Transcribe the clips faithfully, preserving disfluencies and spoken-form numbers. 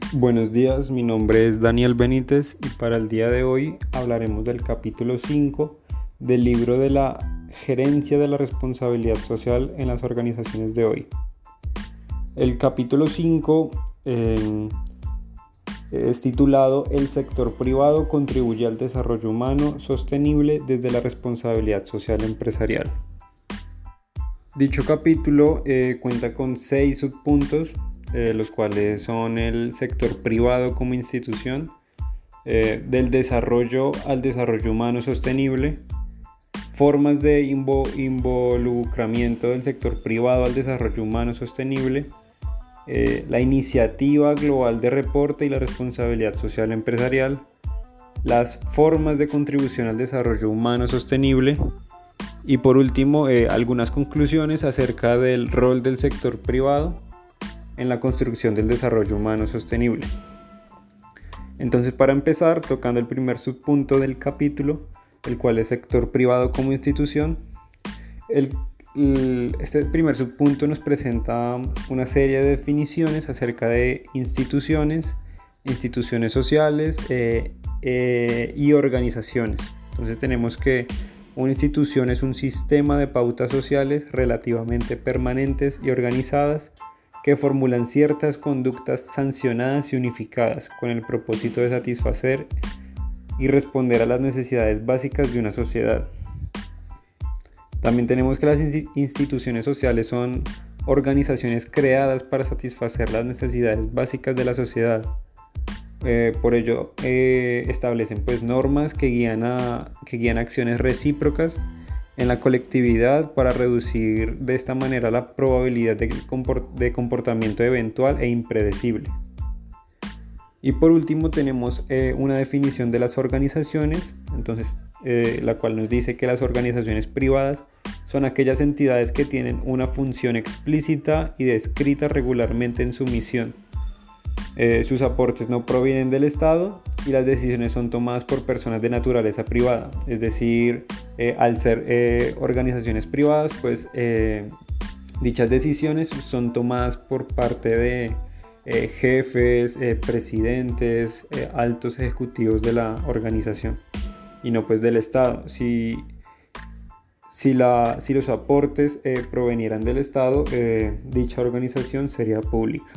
Buenos días, mi nombre es Daniel Benítez y para el día de hoy hablaremos del capítulo cinco del libro de la gerencia de la responsabilidad social en las organizaciones de hoy. El capítulo cinco eh, es titulado El sector privado contribuye al desarrollo humano sostenible desde la responsabilidad social empresarial. Dicho capítulo eh, cuenta con seis subpuntos, eh, los cuales son el sector privado como institución, eh, del desarrollo al desarrollo humano sostenible, formas de invo- involucramiento del sector privado al desarrollo humano sostenible, eh, la iniciativa global de reporte y la responsabilidad social empresarial, las formas de contribución al desarrollo humano sostenible, y por último, eh, algunas conclusiones acerca del rol del sector privado en la construcción del desarrollo humano sostenible. Entonces, para empezar, tocando el primer subpunto del capítulo, el cual es sector privado como institución, el, el, este primer subpunto nos presenta una serie de definiciones acerca de instituciones, instituciones sociales eh, eh, y organizaciones. Entonces tenemos que una institución es un sistema de pautas sociales relativamente permanentes y organizadas que formulan ciertas conductas sancionadas y unificadas con el propósito de satisfacer y responder a las necesidades básicas de una sociedad. También tenemos que las instituciones sociales son organizaciones creadas para satisfacer las necesidades básicas de la sociedad. Eh, por ello eh, establecen pues normas que guían, a, que guían acciones recíprocas en la colectividad para reducir de esta manera la probabilidad de, comport- de comportamiento eventual e impredecible. Y por último tenemos eh, una definición de las organizaciones, entonces, eh, la cual nos dice que las organizaciones privadas son aquellas entidades que tienen una función explícita y descrita regularmente en su misión. Eh, sus aportes no provienen del Estado y las decisiones son tomadas por personas de naturaleza privada, es decir, eh, al ser eh, organizaciones privadas, pues eh, dichas decisiones son tomadas por parte de eh, jefes, eh, presidentes, eh, altos ejecutivos de la organización y no pues del Estado. Si, si, la, si los aportes eh, provenieran del Estado, eh, dicha organización sería pública.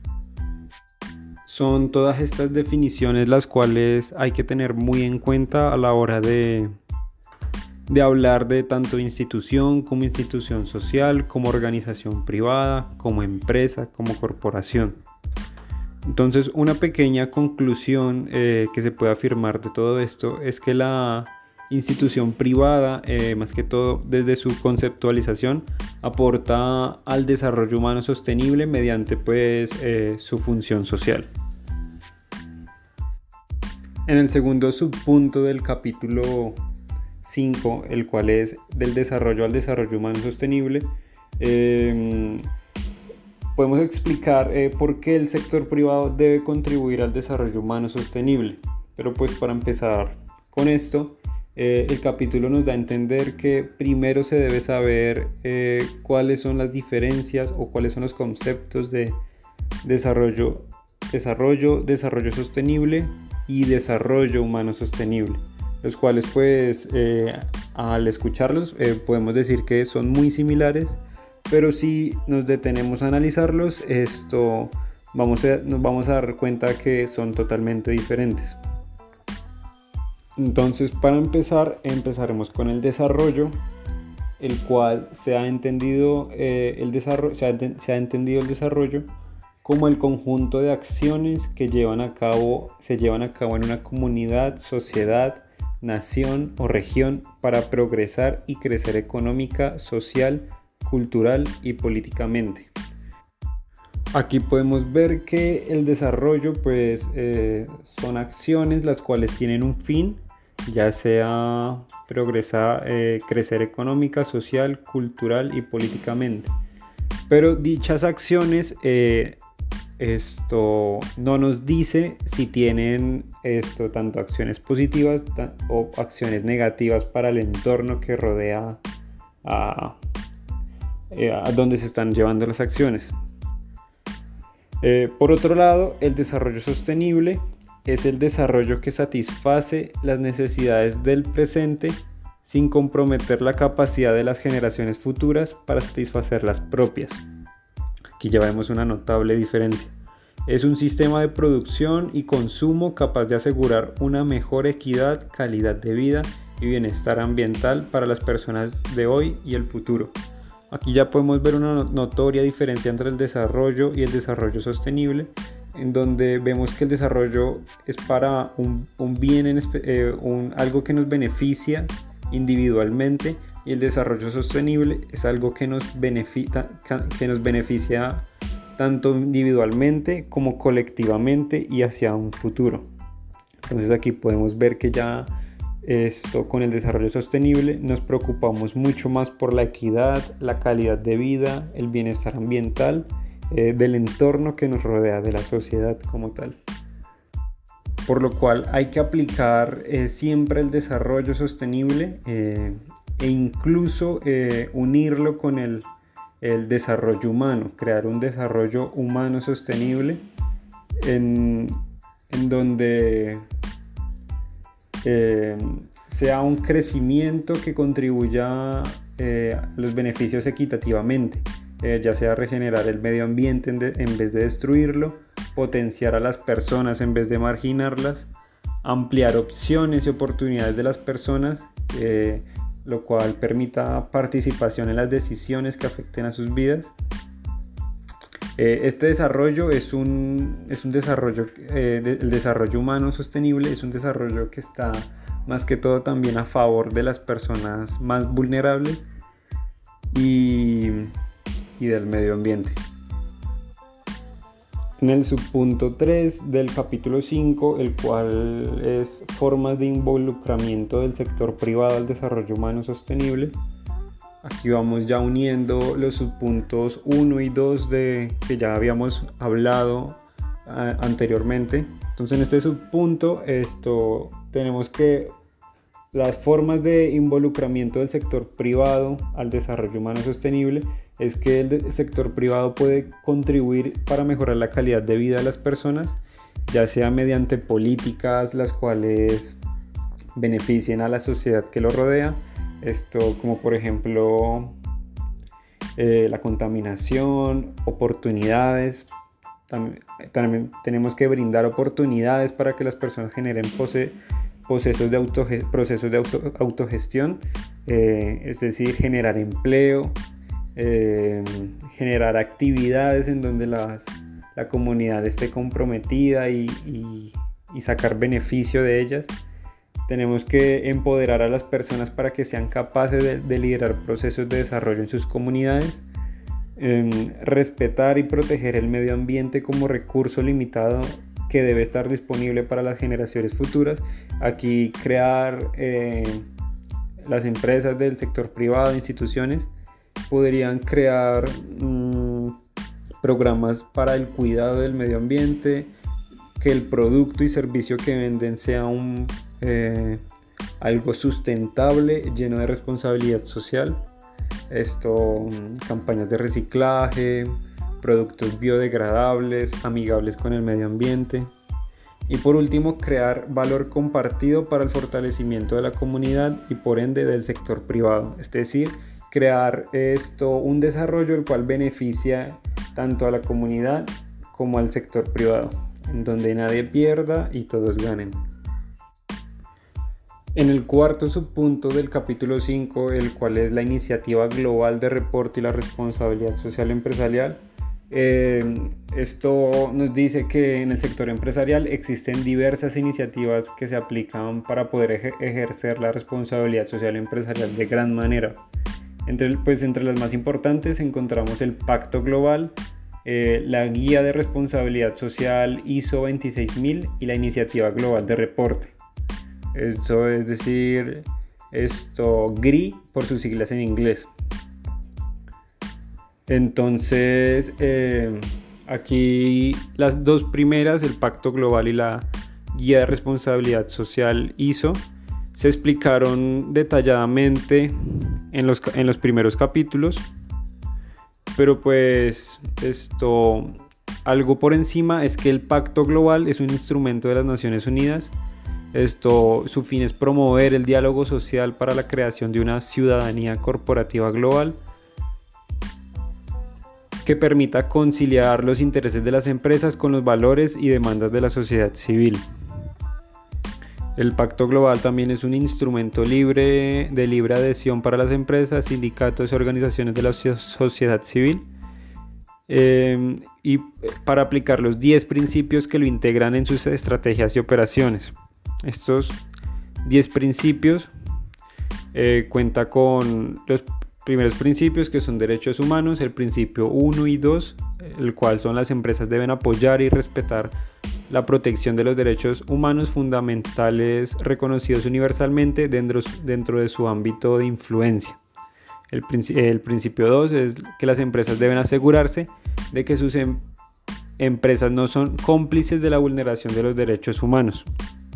Son todas estas definiciones las cuales hay que tener muy en cuenta a la hora de, de hablar de tanto institución como institución social, como organización privada, como empresa, como corporación. Entonces, una pequeña conclusión eh, que se puede afirmar de todo esto es que la institución privada, eh, más que todo desde su conceptualización, aporta al desarrollo humano sostenible mediante pues, eh, su función social. En el segundo subpunto del capítulo cinco, el cual es del desarrollo al desarrollo humano sostenible, eh, podemos explicar eh, por qué el sector privado debe contribuir al desarrollo humano sostenible. Pero pues para empezar con esto, eh, el capítulo nos da a entender que primero se debe saber eh, cuáles son las diferencias o cuáles son los conceptos de desarrollo, desarrollo, desarrollo sostenible y desarrollo humano sostenible, los cuales pues eh, al escucharlos eh, podemos decir que son muy similares, pero si nos detenemos a analizarlos, esto vamos a, nos vamos a dar cuenta que son totalmente diferentes. Entonces, para empezar, empezaremos con el desarrollo, el cual se ha entendido eh, el desarrollo, se ha, se ha entendido el desarrollo como el conjunto de acciones que llevan a cabo, se llevan a cabo en una comunidad, sociedad, nación o región para progresar y crecer económica, social, cultural y políticamente. Aquí podemos ver que el desarrollo pues, eh, son acciones las cuales tienen un fin, ya sea progresar, eh, crecer económica, social, cultural y políticamente. Pero dichas acciones eh, esto no nos dice si tienen esto tanto acciones positivas o acciones negativas para el entorno que rodea a, a donde se están llevando las acciones. Eh, por otro lado, el desarrollo sostenible es el desarrollo que satisface las necesidades del presente sin comprometer la capacidad de las generaciones futuras para satisfacer las propias. Aquí ya vemos una notable diferencia. Es un sistema de producción y consumo capaz de asegurar una mejor equidad, calidad de vida y bienestar ambiental para las personas de hoy y el futuro. Aquí ya podemos ver una notoria diferencia entre el desarrollo y el desarrollo sostenible, en donde vemos que el desarrollo es para un, un bien, en, eh, un, algo que nos beneficia individualmente, y el desarrollo sostenible es algo que nos beneficia, que nos beneficia tanto individualmente como colectivamente y hacia un futuro. Entonces aquí podemos ver que ya esto, con el desarrollo sostenible nos preocupamos mucho más por la equidad, la calidad de vida, el bienestar ambiental eh, del entorno que nos rodea, de la sociedad como tal. Por lo cual hay que aplicar eh, siempre el desarrollo sostenible eh, e incluso eh, unirlo con el, el desarrollo humano, crear un desarrollo humano sostenible en, en donde Eh, sea un crecimiento que contribuya eh, a los beneficios equitativamente, eh, ya sea regenerar el medio ambiente en, de, en vez de destruirlo, potenciar a las personas en vez de marginarlas, ampliar opciones y oportunidades de las personas, eh, lo cual permita participación en las decisiones que afecten a sus vidas. Eh, este desarrollo es un, es un desarrollo, eh, de, el desarrollo humano sostenible es un desarrollo que está más que todo también a favor de las personas más vulnerables y, y del medio ambiente. En el subpunto tres del capítulo cinco, el cual es formas de involucramiento del sector privado al desarrollo humano sostenible, aquí vamos ya uniendo los subpuntos uno y dos de que ya habíamos hablado a, anteriormente. Entonces en este subpunto esto, tenemos que las formas de involucramiento del sector privado al desarrollo humano sostenible es que el, el sector privado puede contribuir para mejorar la calidad de vida de las personas, ya sea mediante políticas las cuales beneficien a la sociedad que lo rodea. Esto como por ejemplo eh, la contaminación, oportunidades. También, también tenemos que brindar oportunidades para que las personas generen pose, procesos de, autoge, procesos de auto, autogestión, eh, es decir, generar empleo, eh, generar actividades en donde las, la comunidad esté comprometida y, y, y sacar beneficio de ellas. Tenemos que empoderar a las personas para que sean capaces de, de liderar procesos de desarrollo en sus comunidades, eh, respetar y proteger el medio ambiente como recurso limitado que debe estar disponible para las generaciones futuras. Aquí crear eh, las empresas del sector privado, instituciones, podrían crear mmm, programas para el cuidado del medio ambiente, que el producto y servicio que venden sea un Eh, algo sustentable, lleno de responsabilidad social. Esto, campañas de reciclaje, productos biodegradables, amigables con el medio ambiente. Y por último, crear valor compartido para el fortalecimiento de la comunidad y por ende del sector privado. Es decir, crear esto, un desarrollo el cual beneficia tanto a la comunidad como al sector privado, en donde nadie pierda y todos ganen. En el cuarto subpunto del capítulo cinco, el cual es la iniciativa global de reporte y la responsabilidad social empresarial, eh, esto nos dice que en el sector empresarial existen diversas iniciativas que se aplican para poder ej- ejercer la responsabilidad social empresarial de gran manera. Entre, pues, entre las más importantes encontramos el Pacto Global, eh, la Guía de Responsabilidad Social I S O veintiséis mil y la Iniciativa Global de Reporte. Esto es decir, esto G R I por sus siglas en inglés. Entonces, eh, aquí las dos primeras, el Pacto Global y la Guía de Responsabilidad Social I S O, se explicaron detalladamente en los, en los primeros capítulos, pero pues esto algo por encima es que el Pacto Global es un instrumento de las Naciones Unidas. Esto, su fin es promover el diálogo social para la creación de una ciudadanía corporativa global que permita conciliar los intereses de las empresas con los valores y demandas de la sociedad civil. El Pacto Global también es un instrumento libre, de libre adhesión para las empresas, sindicatos y organizaciones de la sociedad civil, eh, y para aplicar los diez principios que lo integran en sus estrategias y operaciones. Estos diez principios eh, cuenta con los primeros principios, que son derechos humanos, el principio uno y dos, el cual son las empresas deben apoyar y respetar la protección de los derechos humanos fundamentales reconocidos universalmente dentro, dentro de su ámbito de influencia. El, el principio dos es que las empresas deben asegurarse de que sus em, empresas no son cómplices de la vulneración de los derechos humanos.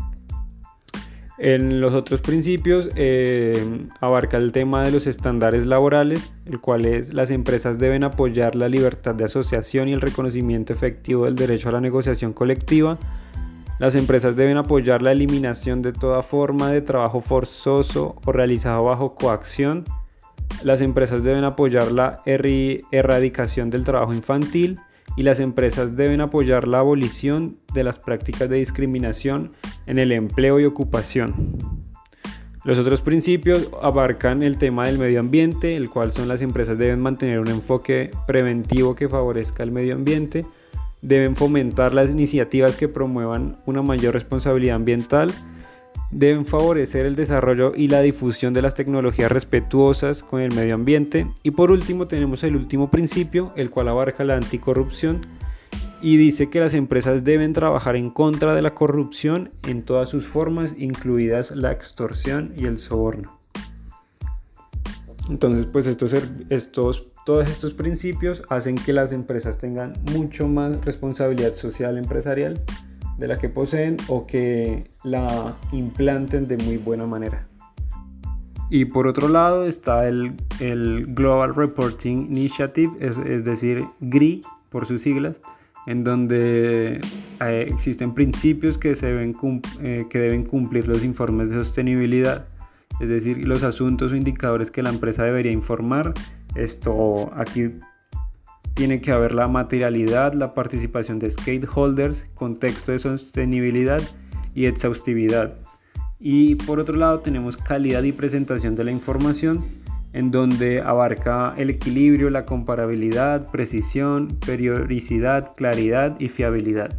En los otros principios eh, abarca el tema de los estándares laborales, el cual es: las empresas deben apoyar la libertad de asociación y el reconocimiento efectivo del derecho a la negociación colectiva. Las empresas deben apoyar la eliminación de toda forma de trabajo forzoso o realizado bajo coacción. Las empresas deben apoyar la er- erradicación del trabajo infantil. Y las empresas deben apoyar la abolición de las prácticas de discriminación en el empleo y ocupación. Los otros principios abarcan el tema del medio ambiente, el cual son: las empresas deben mantener un enfoque preventivo que favorezca el medio ambiente, deben fomentar las iniciativas que promuevan una mayor responsabilidad ambiental, deben favorecer el desarrollo y la difusión de las tecnologías respetuosas con el medio ambiente. Y por último tenemos el último principio, el cual abarca la anticorrupción y dice que las empresas deben trabajar en contra de la corrupción en todas sus formas, incluidas la extorsión y el soborno. Entonces, pues estos, estos, todos estos principios hacen que las empresas tengan mucho más responsabilidad social empresarial de la que poseen, o que la implanten de muy buena manera. Y por otro lado está el, el Global Reporting Initiative, es, es decir, G R I por sus siglas, en donde eh, existen principios que, se deben, eh, que deben cumplir los informes de sostenibilidad, es decir, los asuntos o indicadores que la empresa debería informar. Esto aquí tiene que haber la materialidad, la participación de stakeholders, contexto de sostenibilidad y exhaustividad. Y por otro lado tenemos calidad y presentación de la información, en donde abarca el equilibrio, la comparabilidad, precisión, periodicidad, claridad y fiabilidad.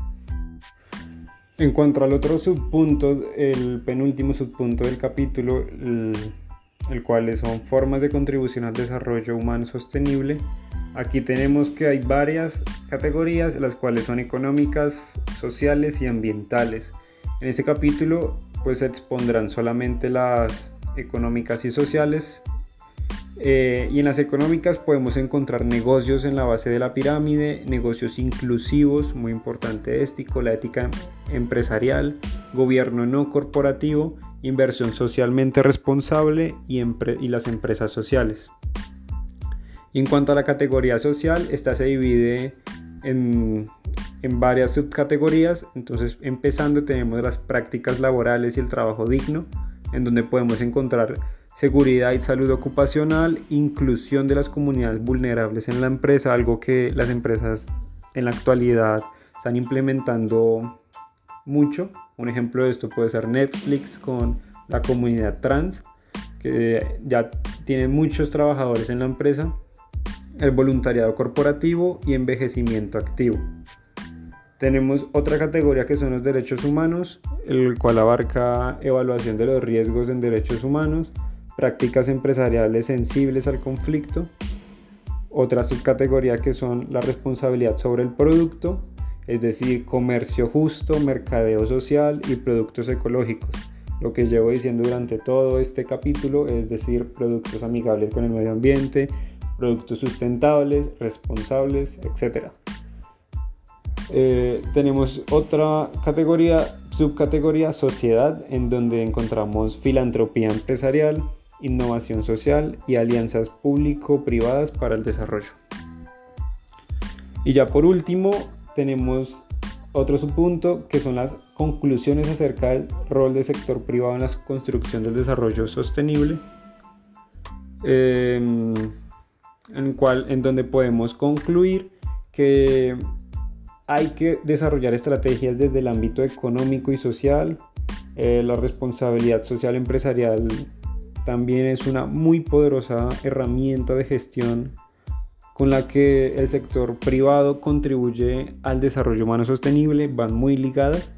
En cuanto al otro subpunto, el penúltimo subpunto del capítulo, el, el cual son formas de contribución al desarrollo humano sostenible, aquí tenemos que hay varias categorías, las cuales son económicas, sociales y ambientales. En este capítulo pues se expondrán solamente las económicas y sociales, eh, y en las económicas podemos encontrar negocios en la base de la pirámide, negocios inclusivos, muy importante ético, la ética empresarial, gobierno no corporativo, inversión socialmente responsable y, empre- y las empresas sociales. Y en cuanto a la categoría social, esta se divide en, en varias subcategorías. Entonces, empezando, tenemos las prácticas laborales y el trabajo digno, en donde podemos encontrar seguridad y salud ocupacional, inclusión de las comunidades vulnerables en la empresa, algo que las empresas en la actualidad están implementando mucho. Un ejemplo de esto puede ser Netflix con la comunidad trans, que ya tienen muchos trabajadores en la empresa. El voluntariado corporativo y envejecimiento activo. Tenemos otra categoría que son los derechos humanos, el cual abarca evaluación de los riesgos en derechos humanos, prácticas empresariales sensibles al conflicto. Otra subcategoría que son la responsabilidad sobre el producto, es decir, comercio justo, mercadeo social y productos ecológicos. Lo que llevo diciendo durante todo este capítulo, es decir, productos amigables con el medio ambiente, productos sustentables, responsables, etcétera. Eh, tenemos otra categoría, subcategoría sociedad, en donde encontramos filantropía empresarial, innovación social y alianzas público-privadas para el desarrollo. Y ya por último tenemos otro subpunto que son las conclusiones acerca del rol del sector privado en la construcción del desarrollo sostenible, eh, en, cual, en donde podemos concluir que hay que desarrollar estrategias desde el ámbito económico y social. Eh, la responsabilidad social empresarial también es una muy poderosa herramienta de gestión con la que el sector privado contribuye al desarrollo humano sostenible, van muy ligadas.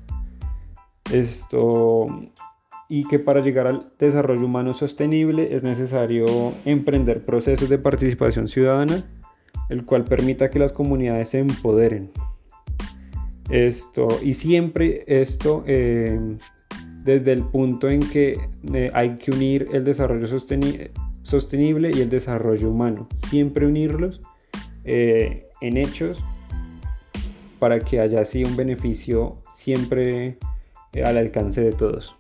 Esto, y que para llegar al desarrollo humano sostenible es necesario emprender procesos de participación ciudadana, el cual permita que las comunidades se empoderen. Esto, y siempre esto eh, desde el punto en que eh, hay que unir el desarrollo sosteni- sostenible y el desarrollo humano, siempre unirlos eh, en hechos para que haya así un beneficio siempre eh, al alcance de todos.